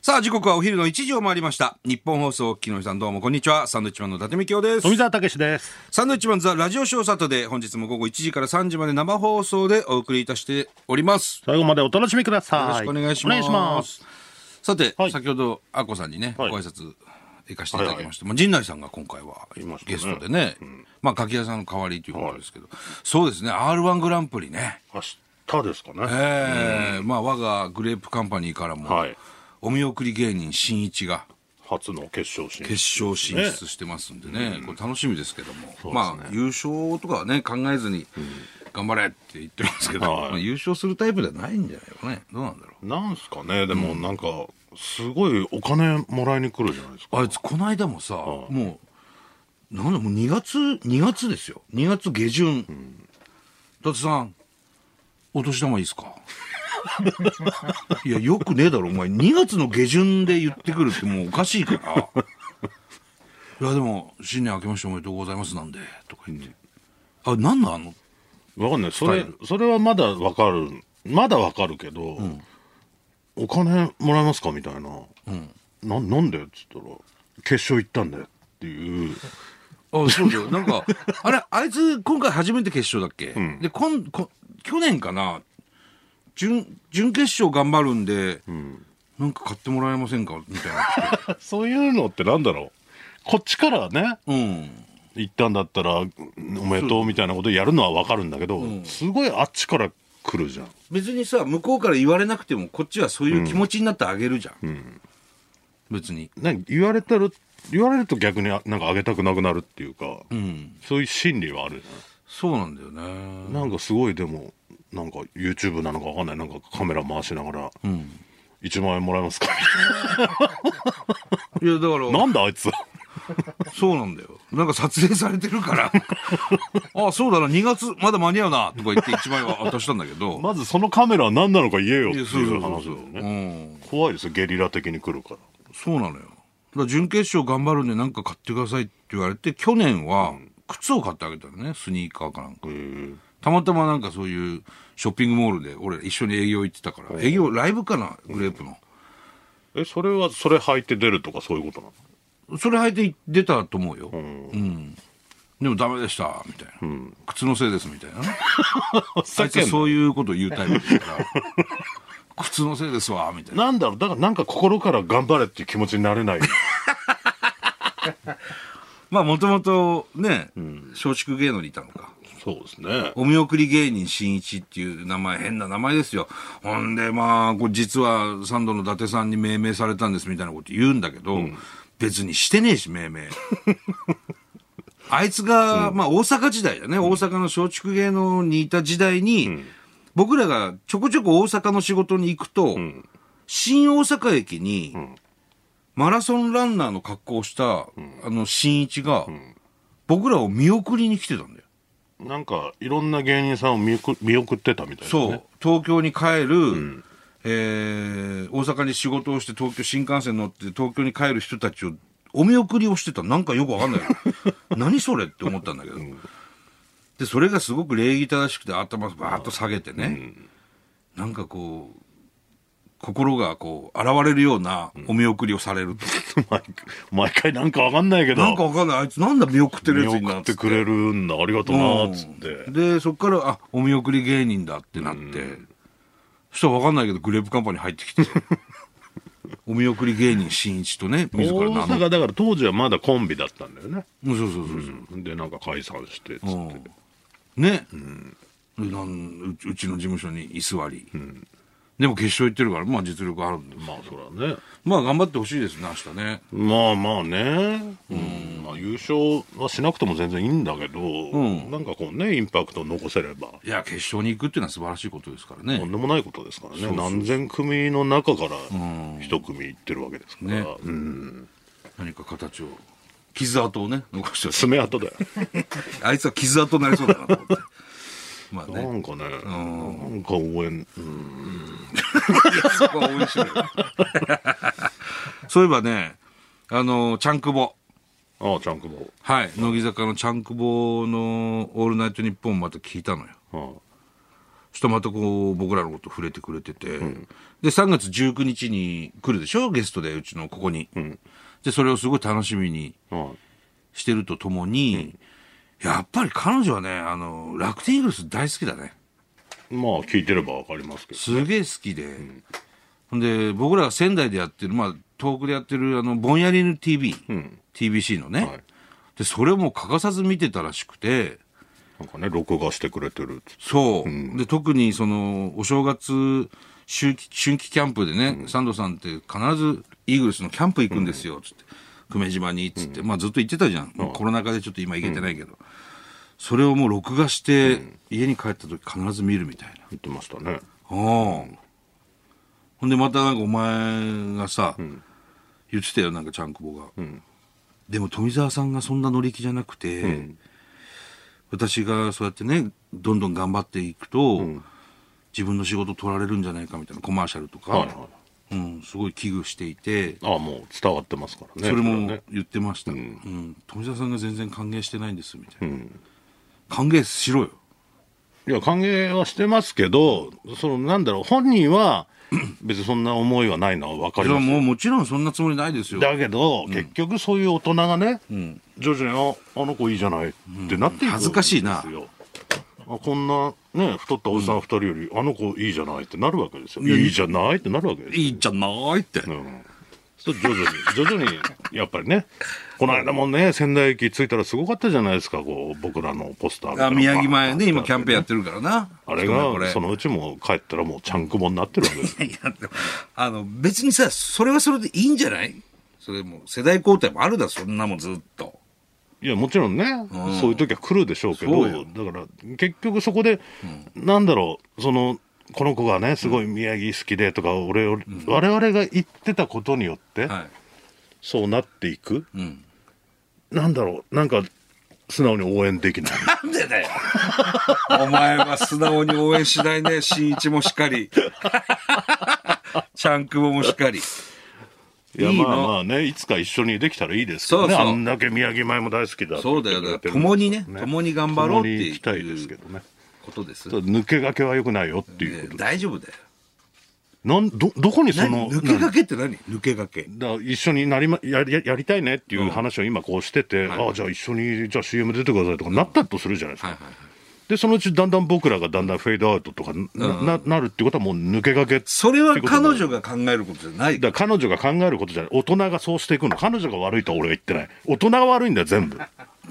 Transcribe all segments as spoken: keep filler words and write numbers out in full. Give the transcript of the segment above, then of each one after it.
さあ時刻はお昼のいちじを回りました。日本放送木野さん、どうもこんにちは。サンドウィッチマンの伊達美京です。 富澤たけしです。 サンドウィッチマンザラジオショーサタデー、本日も午後いちじからさんじまで生放送でお送りいたしております。 最後までお楽しみください。 よろしくお願いします。お願いします。さて、はい、先ほどアッコさんにね、はい、ご挨拶行かせていただきまして、はいはい、陣内さんが今回はゲストでね、ね、うん、まあ柿谷さんの代わりということですけど、はい、そうですね、 アールワン グランプリね、 明日ですかね。 えー、うん、まあ我がグレープカンパニーからも、はい、お見送り芸人しんいちが初の決勝進出、 決勝進出してますんでね、うん、これ楽しみですけども、ね、まあ優勝とかはね考えずに頑張れって言ってますけど、はい、まあ、優勝するタイプではないんじゃないかね。どうなんだろう。 なんすかね。でもなんかすごいお金もらいに来るじゃないですか。 あいつこの間もさ、はい、もうなんだもうにがつにがつですよ。にがつげじゅん、うん、伊達さんお年玉いいですかいやよくねえだろお前、にがつの下旬で言ってくるってもうおかしいからいやでも新年明けましておめでとうございますなんでとか言って、うん、あ、なんなのわかんない。それそれはまだわかるまだわかるけど、うん、お金もらえますかみたいな、うん、な, なんでっつったら決勝行ったんだよっていう。 あ、そうだよ。なんかあれあいつ今回初めて決勝だっけ、うん、でこんこ去年かな、準, 準決勝頑張るんで、うん、なんか買ってもらえませんかみたいなそういうのってなんだろう、こっちからね、うん、行ったんだったらおめでとうみたいなことやるのは分かるんだけど、うん、すごいあっちから来るじゃん。 別にさ向こうから言われなくてもこっちはそういう気持ちになってあげるじゃん、うん、別になんか言われたら言われると逆になんかあげたくなくなるっていうか、うん、そういう心理はあるじゃん。 そうなんだよね。 なんかすごいでもなんか YouTube なのか分かんない、なんかカメラ回しながら、うん、いちまんえんもらえますかいやだからなんだあいつそうなんだよ、なんか撮影されてるからあ、そうだなにがつまだ間に合うなとか言っていちまんえんは渡したんだけどまずそのカメラは何なのか言えよっていう話だよね。怖いですよ、ゲリラ的に来るから。 そうなのよ。だから準決勝頑張るんで何か買ってくださいって言われて、去年は靴を買ってあげたのね、スニーカーかなんか。たまたまなんかそういうショッピングモールで俺一緒に営業行ってたから、営業ライブかな、グレープの。 え、それはそれ履いて出るとかそういうことなの？それ履いて出たと思うよ。うん、うん、でもダメでしたみたいな、うん、靴のせいですみたいなねあいつはそういうことを言うタイプですから靴のせいですわみたいな。 なんだろう、だからなんか心から頑張れっていう気持ちになれないまあもともとね、うん、松竹芸能にいたのか。 そうですね。 お見送り芸人しんいちっていう名前、変な名前ですよ。ほんでまあこれ実はサンドの伊達さんに命名されたんですみたいなこと言うんだけど、うん、別にしてねえし命名あいつが、うん、まあ大阪時代だね、うん、大阪の松竹芸能にいた時代に、うん、僕らがちょこちょこ大阪の仕事に行くと、うん、新大阪駅に、うん、マラソンランナーの格好をした、うん、あの新一が、うん、僕らを見送りに来てたんだよ。 なんかいろんな芸人さんを見送、見送ってたみたいな、ね、 そう、東京に帰る、うん、えー、大阪に仕事をして東京新幹線乗って東京に帰る人たちをお見送りをしてた。なんかよくわかんない何それって思ったんだけど、うん、でそれがすごく礼儀正しくて頭バーッと下げてね、うん、なんかこう心がこう現れるようなお見送りをされると、 うん、毎回なんかわかんないけど、 なんかわかんない、あいつなんだ見送ってるやつになって見送ってくれるんだ、ありがとうなっつって、 うん、でそっからあお見送り芸人だってなって、うん、そしたらわかんないけどグレープカンパニー入ってきてお見送り芸人しんいちとね、自ら大阪だから当時はまだコンビだったんだよね。 そうそうそうそう、 うん、でなんか解散してつってね、うん、なんうちの事務所に居座り、うん、でも決勝行ってるから、まあ実力あるんで、 まあそらね、 まあ頑張ってほしいですね明日ね。 まあまあね、うん、まあ、優勝はしなくても全然いいんだけど、うん、なんかこうねインパクトを残せれば。 いや決勝に行くっていうのは素晴らしいことですからね。 とんでもないことですからね。そうそうそう、何千組の中から一組行ってるわけですから、ね、うん、 何か形を傷跡をね残して爪痕だよあいつは傷跡になりそうだなと思ってまあね、 なんかね、うん、なんか応援、うん、 いやそこは応援しろよそういえばね、あのチャンクボ、 ああチャンクボ、 はい、乃木坂のチャンクボのオールナイトニッポンまた聞いたのよ。ああ、 そしたらまたこう、僕らのこと触れてくれてて、うん、で、さんがつじゅうくにちに来るでしょゲストで、うちのここに。うん、で、それをすごい楽しみにしてるとともに、うん、やっぱり彼女はね、あの、楽天イーグルス大好きだね。 まあ、聞いてればわかりますけど、ね。 すげえ好きで。うん、で、僕らが仙台でやってる、まあ、東北でやってる、あの、ぼんやりぬ ティービー、うん、ティービーシー のね、はい。で、それをもう欠かさず見てたらしくて、 なんかね、録画してくれてるって。 そう、うん。で、特にその、お正月、春季、春季キャンプでね、うん、サンドさんって必ずイーグルスのキャンプ行くんですよ、つって。久米島に、つって。うん、まあずっと行ってたじゃん。うん、コロナ禍でちょっと今行けてないけど。うん、それをもう録画して、うん、家に帰った時必ず見るみたいな。 言ってましたね。 ああ、うん。ほんでまたなんかお前がさ、うん、言ってたよ、なんかちゃんくぼが。うん、でも富澤さんがそんな乗り気じゃなくて、うん、私がそうやってね、どんどん頑張っていくと、うん、自分の仕事取られるんじゃないかみたいなコマーシャルとか、はいはい、うん、すごい危惧していて。 ああ、もう伝わってますからね。 それも言ってました。うんうん、富澤さんが全然歓迎してないんです、みたいな。うん、歓迎しろよ。 いや、歓迎はしてますけど、その、なんだろう、本人は、別にそんな思いはないのは分かりますよ。 いや、もうもちろんそんなつもりないですよ。 だけど、うん、結局そういう大人がね、うん、徐々に、あ、あの子いいじゃないってなっていくんですよ。 恥ずかしいな。 あ、こんなね、太ったおじさん二人より、うん、あの子いいじゃないってなるわけですよ。いいじゃないってなるわけですよ。 いいじゃないって。うん、 徐々に、徐々に、やっぱりね、この間もね、仙台駅着いたらすごかったじゃないですか、こう、僕らのポスターみたいな。 あ、宮城前ね、今キャンペーンやってるからな。 あれが、そのうちも帰ったらもうちゃんくぼになってるわけです。 いや、でも、あの、別にさ、それはそれでいいんじゃない？それも、世代交代もあるだ、そんなもんずっと。 いや、もちろんね、うん、そういう時は来るでしょうけど、だから、結局そこで、うん、なんだろう、その、この子がね、すごい宮城好きでとか、俺を、うん、我々が言ってたことによって、はい、そうなっていく、うん、なんだろう、なんか、素直に応援できない。 なんでだよお前は素直に応援しないね。新一もしかり。ちゃんくぼもしかり。 いや、いいまあまあね、いつか一緒にできたらいいですけどね。そうそう、あんだけ宮城米も大好きだってそうだよ、だから共にね、共に頑張ろうっていう。共に行きたいですけどね。 ことです。 抜け駆けは良くないよっていうこと、 ね、大丈夫だよ。 なんどどこにその抜け駆けって何？抜け駆けだ一緒になり、ま、や, や, やりたいねっていう話を今こうしてて、うん、ああじゃあ一緒にじゃあ シーエム 出てくださいとかなったとするじゃないですか、はいはいはい、でそのうちだんだん僕らがだんだんフェードアウトとか な,、うん、な, なるっていうことはもう抜け駆けそれは彼女が考えることじゃないだから彼女が考えることじゃない大人がそうしていくの彼女が悪いとは俺は言ってない大人が悪いんだよ全部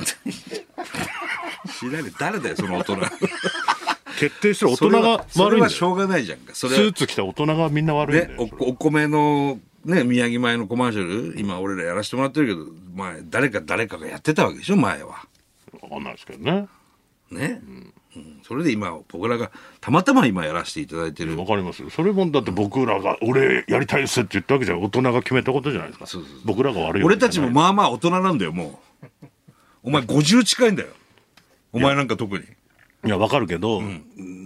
知らねえ誰だよその大人決定してる大人が悪いんだよ。 それはしょうがないじゃんか。それスーツ着た大人がみんな悪いんだよ。 ね、お, お米の、ね、宮城米のコマーシャル、今俺らやらせてもらってるけど、前、誰か誰かがやってたわけでしょ、前は。 わかんないですけどね。 ね、うんうん。それで今、僕らがたまたま今やらせていただいてる。 わかりますよ。それもだって僕らが、俺やりたいっすって言ったわけじゃ大人が決めたことじゃないですか。そうそうそう僕らが悪い。 俺たちもまあまあ大人なんだよ、もう。お前ごじゅう近いんだよ。お前なんか特に。 いや、わかるけど、うん、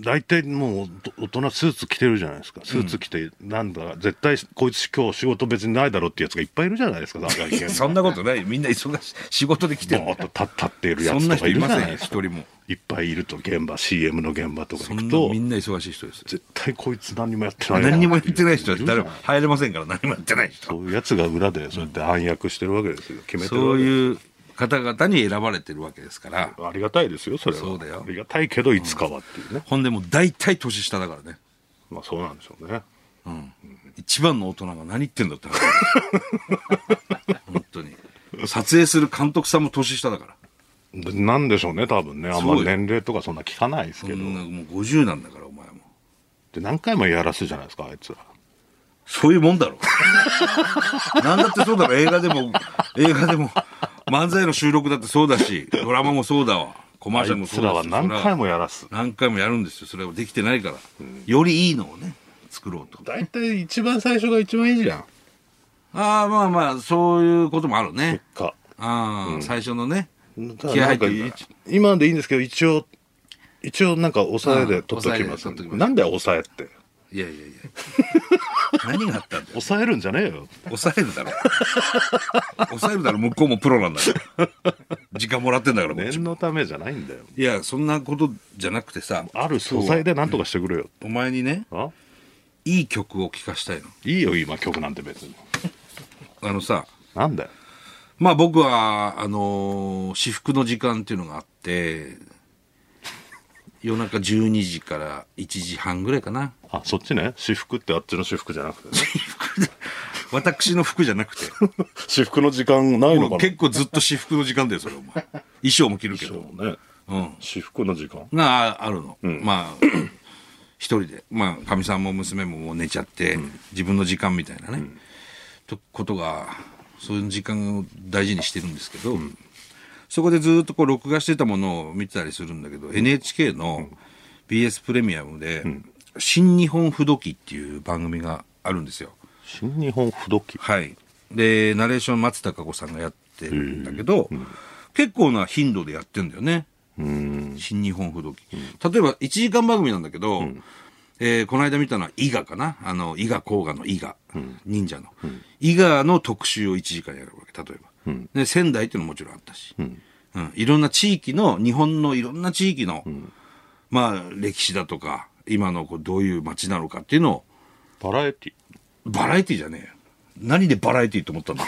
大体もう大人スーツ着てるじゃないですか。スーツ着て、なんだ、絶対こいつ今日仕事別にないだろうってやつがいっぱいいるじゃないですか。 そんなことない。みんな忙しい。仕事で来てる。 ぼーっと立っているやつとかいるじゃないですか。 そんな人いません、一人も。 いっぱいいると、現場、シーエム の現場とか行くと。 みんな忙しい人です。 絶対こいつ何もやってない。 何にもやってない人は誰も入れませんから、何もやってない人。 そういうやつが裏でそうやって暗躍してるわけですよ。決めてるわけです。 そういう方々に選ばれてるわけですから。 ありがたいですよ、それは。 そうだよ。 ありがたいけど、いつかはっていうね。うん、 ほんでもう大体年下だからね。 まあそうなんでしょうね。 うん。うん、一番の大人が何言ってんだって話。本当に。撮影する監督さんも年下だから。 なんでしょうね、多分ね。あんまり年齢とかそんな聞かないですけど。 もうごじゅうなんだから、お前も。 で、何回もやらすじゃないですか、あいつら。 そういうもんだろ。なんだってそうだろ。映画でも、映画でも。漫才の収録だってそうだし、ドラマもそうだわ。コマーシャルもそうだし。 あいつらは何回もやらす。 何回もやるんですよ。それはできてないから。うん、よりいいのをね、作ろうと。 大体一番最初が一番いいじゃん。 ああ、まあまあ、そういうこともあるね。 か。 ああ、うん、最初のね。 気合入ってるから。今でいいんですけど、一応、一応なんか抑えで取っときます。うん、なんで抑えって。 いやいやいや何があったんだよ。 抑えるんじゃねえよ。 抑えるだろ抑えるだろ、向こうもプロなんだから時間もらってんだからこっち念も。 のためじゃないんだよ。 いやそんなことじゃなくてさ、 ある素材で何とかしてくれよ。 お前にねあいい曲を聴かしたいの。 いいよ今曲なんて別に。 あのさ、 なんだよ。 まあ僕はあのー至福の時間っていうのがあって、夜中じゅうにじからいちじはんぐらいかな。 あ、そっちね。私服ってあっちの私服じゃなくてね。 私の服じゃなくて私服の時間ないのかな。 結構ずっと私服の時間だよそれお前。衣装も着るけどそうね。 うん私服の時間があるの、まあ一人で、まあかみさんも娘ももう寝ちゃって、うん、自分の時間みたいなね、うん、とことがそういう時間を大事にしてるんですけど、うん、そこでずっとこう録画してたものを見てたりするんだけど、うん、エヌエイチケー の ビーエス プレミアムで、うん、新日本不時っていう番組があるんですよ。 新日本不時。 はいでナレーション松たか子さんがやってるんだけど、うん、結構な頻度でやってんだよね。うん新日本不時、うん、例えばいちじかん番組なんだけど、うんえー、この間見たのは伊賀かな、あの伊賀甲賀の伊賀、うん、忍者の、うん、伊賀の特集をいちじかんやるわけ。例えば、うん、で仙台っていうのももちろんあったし、うんうん、いろんな地域の日本のいろんな地域の、うん、まあ歴史だとか今のこうどういう街なのかっていうのをバラエティバラエティじゃねえよ。何でバラエティと思ったんだ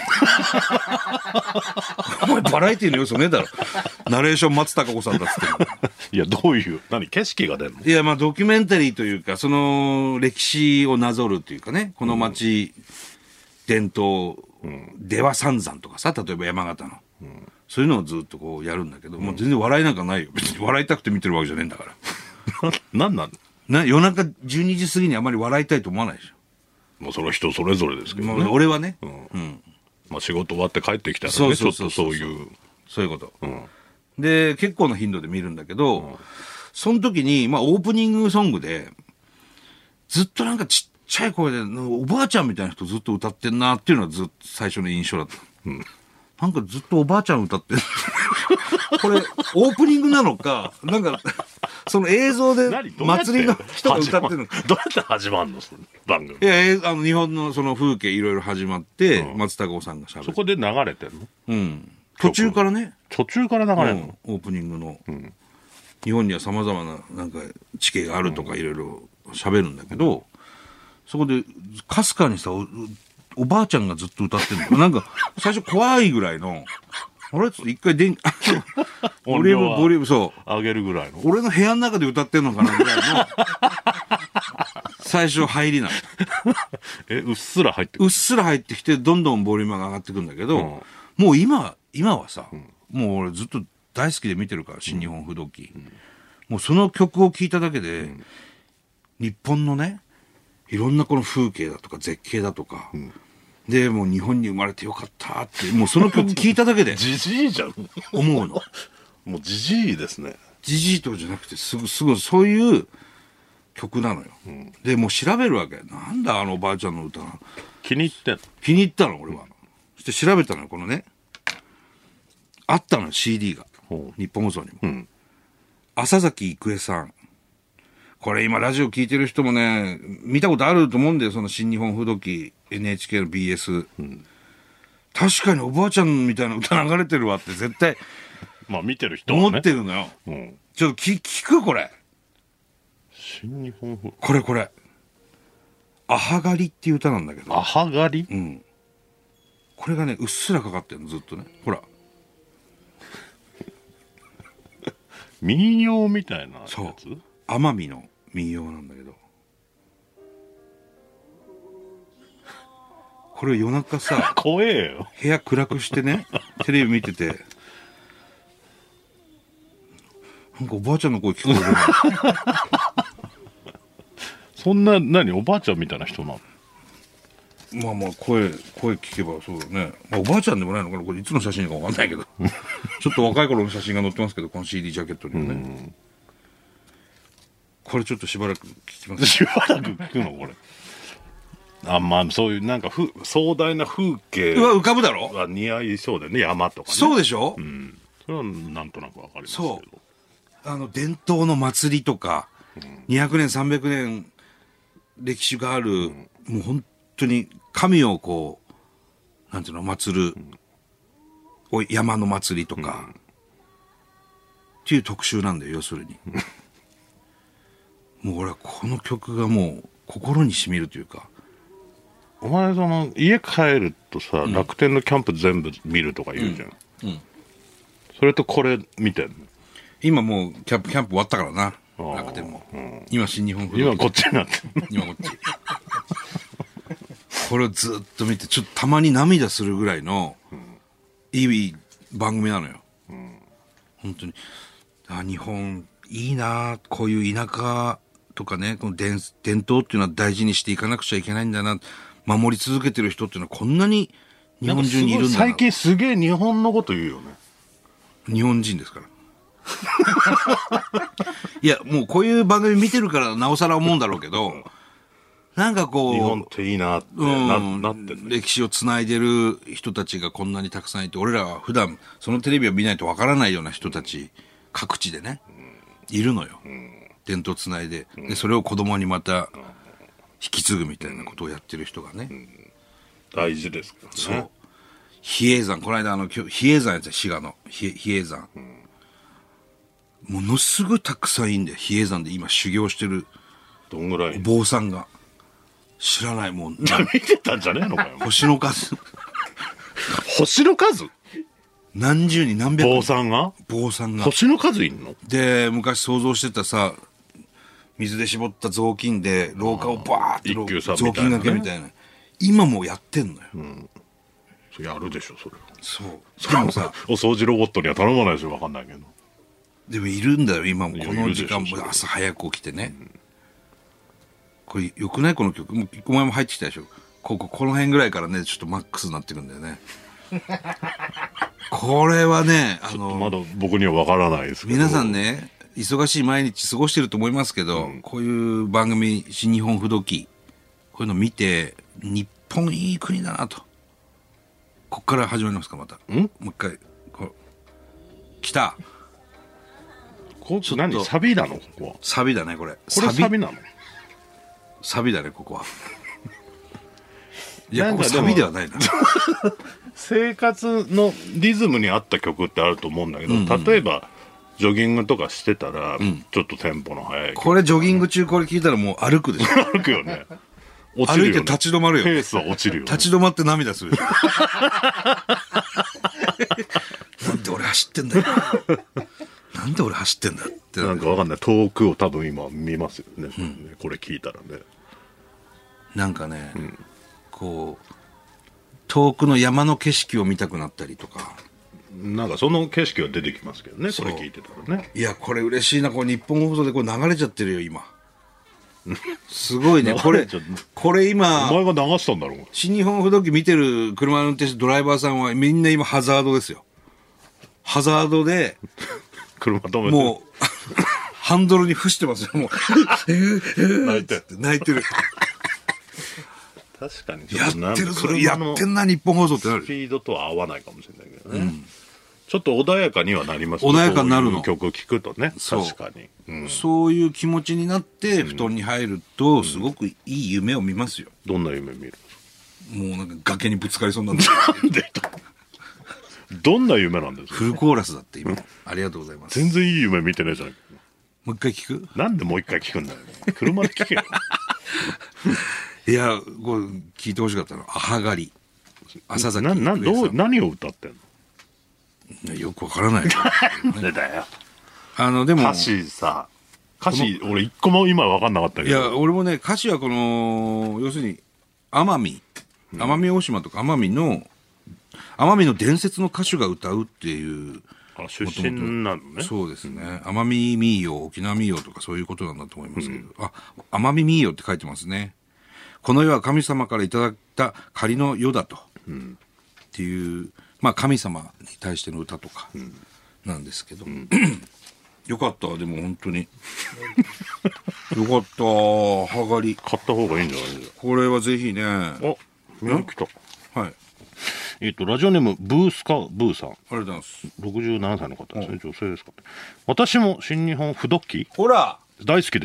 お前バラエティの要素ねえだろ。ナレーション松たか子さんだっつっていやどういう何景色が出るの。 いやまあドキュメンタリーというかその歴史をなぞるというかね、この町、うん、伝統、うん、出羽三山とかさ、例えば山形の、うん、そういうのをずっとこうやるんだけど、うん、もう全然笑いなんかないよ。別に笑いたくて見てるわけじゃねえんだから何なんな夜中じゅうにじ過ぎにあまり笑いたいと思わないでしょ。 もうそれは人それぞれですけどね。 俺はね、 うんうん、まあ仕事終わって帰ってきたらね、そうそうそうそうちょっとそういうそういうこと、うん、で結構な頻度で見るんだけど、うん、その時にまあオープニングソングでずっとなんかちっちゃい声でおばあちゃんみたいな人ずっと歌ってんなっていうのはずっと最初の印象だった、うん、なんかずっとおばあちゃん歌ってるこれオープニングなのかなんかその映像で祭りの人が歌ってるのかどうやって始まるのその番組。 いやあの日本のその風景いろいろ始まって、うん、松たか子さんがしゃべる。 そこで流れてるの。 うん途中からね。 途中から流れるの、 うん、オープニングの、うん、日本にはさまざまななんか地形があるとかいろいろしゃべるんだけど、うん、そこでかすかにさ お, おばあちゃんがずっと歌ってるのなんか最初怖いぐらいのあれちょっと一回電気ボリュームボリュームそう上げるぐらいの俺の部屋の中で歌ってんのかなぐらいの最初入りなのえうっすら入ってくる。 うっすら入ってきてどんどんボリュームが上がってくるんだけど、うん、もう今今はさ、うん、もう俺ずっと大好きで見てるから新日本不動記、うん、もうその曲を聴いただけで、うん、日本のねいろんなこの風景だとか絶景だとか、うんでもう日本に生まれてよかったってもうその曲聴いただけでジジイじゃん思うのもうジジイですね。 ジジイとかじゃなくてすぐすぐそういう曲なのよ、うん、でもう調べるわけなんだあのおばあちゃんの歌気に入ってんの気に入ったの俺は、うん、そして調べたのよこのねあったのよ シーディー が日本放送にも、うん、浅崎郁恵さんこれ今ラジオ聞いてる人もね見たことあると思うんだよその新日本不動記 エヌエイチケー の ビーエス、うん、確かにおばあちゃんみたいな歌流れてるわって絶対まあ見てる人はね思ってるのよ、うん、ちょっと聞聞くこれ新日本風これこれアハガリっていう歌なんだけどアハガリうんこれがねうっすらかかってるのずっとねほら民謡みたいなやつそう奄美の民謡なんだけどこれ夜中さ怖えよ部屋暗くしてねテレビ見ててなんかおばあちゃんの声聞こえるそんな何おばあちゃんみたいな人なの。 まあまあ声声聞けばそうだね、まあ、おばあちゃんでもないのかなこれいつの写真か分かんないけどちょっと若い頃の写真が載ってますけどこの シーディー ジャケットにはねこれちょっとしばらく聞きますしばらく聞くのこれあまあそういうなんかふ壮大な風景は浮かぶだろは似合いそうだよね山とかねそうでしょ、 うん、それはなんとなくわかりますけどそうあの伝統の祭りとか、うん、にひゃくねんさんびゃくねん歴史がある、もう本当に神をこうなんていうの祀る、お山の祭りとか、っていう特集なんだよ、要するに。もう俺はこの曲がもう心に染みるというか。 お前その家帰るとさ、うん、楽天のキャンプ全部見るとか言うじゃん、うんうん、それとこれ見てんの？ 今もうキャンプキャンプ終わったからな、楽天も、うん、今新日本フロ今こっちになって今こっちこれをずっと見てちょっとたまに涙するぐらいの、うん、いい番組なのよ、うん、本当にあ日本いいな、こういう田舎とかね、この 伝, 伝統っていうのは大事にしていかなくちゃいけないんだな、守り続けてる人っていうのはこんなに日本中にいるんだな。 最近すげえ日本のこと言うよね。 日本人ですからいやもうこういう番組見てるからなおさら思うんだろうけどなんかこう日本っていいなって な,、うん、なってんね。 歴史をつないでる人たちがこんなにたくさんいて、俺らは普段そのテレビを見ないとわからないような人たち各地でね、うん、いるのよ、うん、伝統つないで、でそれを子供にまた引き継ぐみたいなことをやってる人がね、うん、 大事ですからね。そう比叡山、この間あの比叡山やった滋賀の比叡山、うん、ものすごいたくさんいいんだよ。比叡山で今修行してるどんぐらい坊さんが知らないもん見てたんじゃねえのかよ星の数星の数何十人何百人坊さんが坊さんが星の数いんので昔想像してたさ水で絞った雑巾で廊下をバーって一休さん雑巾がけみたいな、今もやってんのよ、うん、 それやるでしょそれ。 そうそれもさお掃除ロボットには頼まないでしょ、分かんないけど。 でもいるんだよ今もこの時間も朝早く起きてね、うん、これよくないこの曲もお前も入ってきたでしょ。こここの辺ぐらいからねちょっとマックスになってくんだよねこれはねあのまだ僕には分からないですけど、 皆さんね忙しい毎日過ごしてると思いますけど、うん、こういう番組新日本不動記こういうの見て日本いい国だなと。こっから始まりますかまた。んもう一回こう来た。 ここ何サビなのここは。 サビだねこれ。 これサビなの。 サビだねここは。いやここサビではないな。 生活のリズムに合った曲ってあると思うんだけど、うんうん、例えばジョギングとかしてたら、うん、ちょっとテンポの速い曲。 これジョギング中これ聞いたらもう歩くでしょ。 歩くよね。 落ちるよね。歩いて立ち止まるよ、ね。 ペースは落ちるよ、ね。 立ち止まって涙する。なんで俺走ってんだよ。なんで俺走ってんだって。 なんかわかんない。遠くを多分今見ますよね。うん、これ聞いたらね。 なんかね、うん、こう遠くの山の景色を見たくなったりとか。 なんかその景色は出てきますけどね。これ聞いてたらね。 いやこれ嬉しいな。こう日本放送でこう流れちゃってるよ今。すごいねこれこれ今お前が流したんだろう。 新日本不動記見てる車の運転手ドライバーさんはみんな今ハザードですよ。ハザードで車止めてもうハンドルに伏してますよもう泣いて泣いてる。 確かにやってるぞやってんな日本放送ってなる。 スピードとは合わないかもしれないけどね、うん、ちょっと穏やかにはなりますね。 穏やかになるの。 こういう曲を聴くとね。確かに、 うん、そういう気持ちになって布団に入るとすごくいい夢を見ますよ。 どんな夢見る？ もうなんか崖にぶつかりそうなんでなんでどんな夢なんですか？ フルコーラスだって今ありがとうございます。 全然いい夢見てないじゃない。 もう一回聞く？ なんでもう一回聞くんだよ。車で聞けよ。 いやこれ聞いてほしかったの。あはがり朝崎ななどう何を歌ってんの？よくわからない。 なんでだよ。 あのでも歌詞さ歌詞俺一個も今分かんなかったけど。 いや俺もね歌詞はこの要するに奄美奄美大島とか奄美の奄美の伝説の歌手が歌うっていう。 あ出身なのね。 そうですね。奄美民謡沖縄民謡とかそういうことなんだと思いますけど、うん、あ奄美民謡って書いてますね。この世は神様からいただいた仮の世だと、うん、っていうまあ神様に対しての歌とかなんですけど、うん、よかったでも本当によかったはがり買った方がいいんじゃないですか。 これはぜひね。 あメール来た。 はい。 えっとラジオネームブースカブーさん。ありがとうございます。 ろくじゅうななさいの方ですね。女性ですか。私も新日本不動記ほら大好きですよ。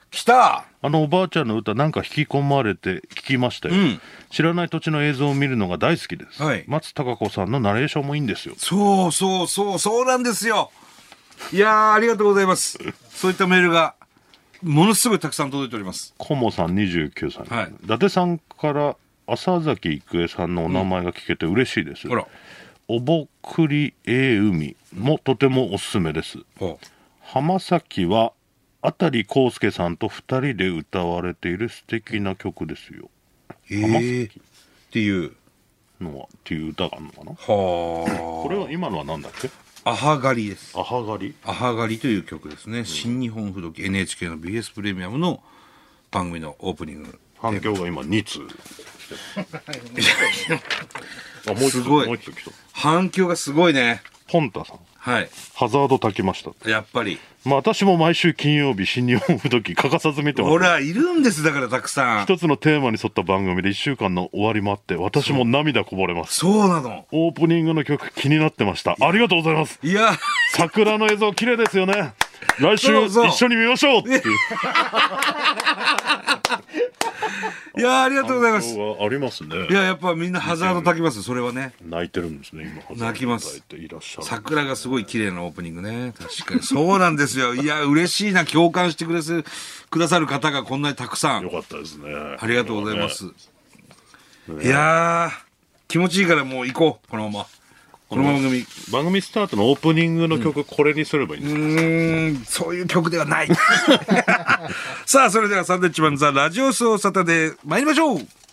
来た。 あのおばあちゃんの歌なんか引き込まれて聞きましたよ、うん、知らない土地の映像を見るのが大好きです、はい、松たか子さんのナレーションもいいんですよ。 そうそうそうそうなんですよ。いやーありがとうございます。そういったメールがものすごいたくさん届いております。 コモさんにじゅうきゅうさい、はい、伊達さんから浅崎郁恵さんのお名前が聞けて嬉しいです、うん、おぼくりえ海もとてもおすすめです、うん、浜崎は辺康介さんとふたりで歌われている素敵な曲ですよ。 えー、っていうのはっていう歌があるのかな。はあ。これは今のは何だっけ。 アハガリです。 アハガリアハガリという曲ですね、うん、新日本不動機 エヌエイチケー の ビーエス プレミアムの番組のオープニング。 反響が今に通あ、もうすごい。反響がすごいね。 ポンタさん、 はい、 ハザード炊きました。 やっぱりまあ私も毎週金曜日新日本不動機欠かさず見てます。 ほらいるんです。だからたくさん一つのテーマに沿った番組でいっしゅうかんの終わりもあって私も涙こぼれます。 そうなの。 オープニングの曲気になってました。ありがとうございます。 いや桜の映像綺麗ですよね。来週一緒に見ましょうっていういやありがとうございます。 ありますね。 いややっぱみんなハザード炊きます。それはね泣いてるんですね今。 泣きます。桜がすごい綺麗なオープニングね。確かにそうなんですよ。いや嬉しいな。共感してくれすくださる方がこんなにたくさん。 よかったですね。 ありがとうございます、ね、いや気持ちいいからもう行こうこのまま。この番組番組スタートのオープニングの曲、うん、これにすればいいんですか。うーんそういう曲ではないさあそれではサンドウィッチマンザラジオショーサタデー参りましょう。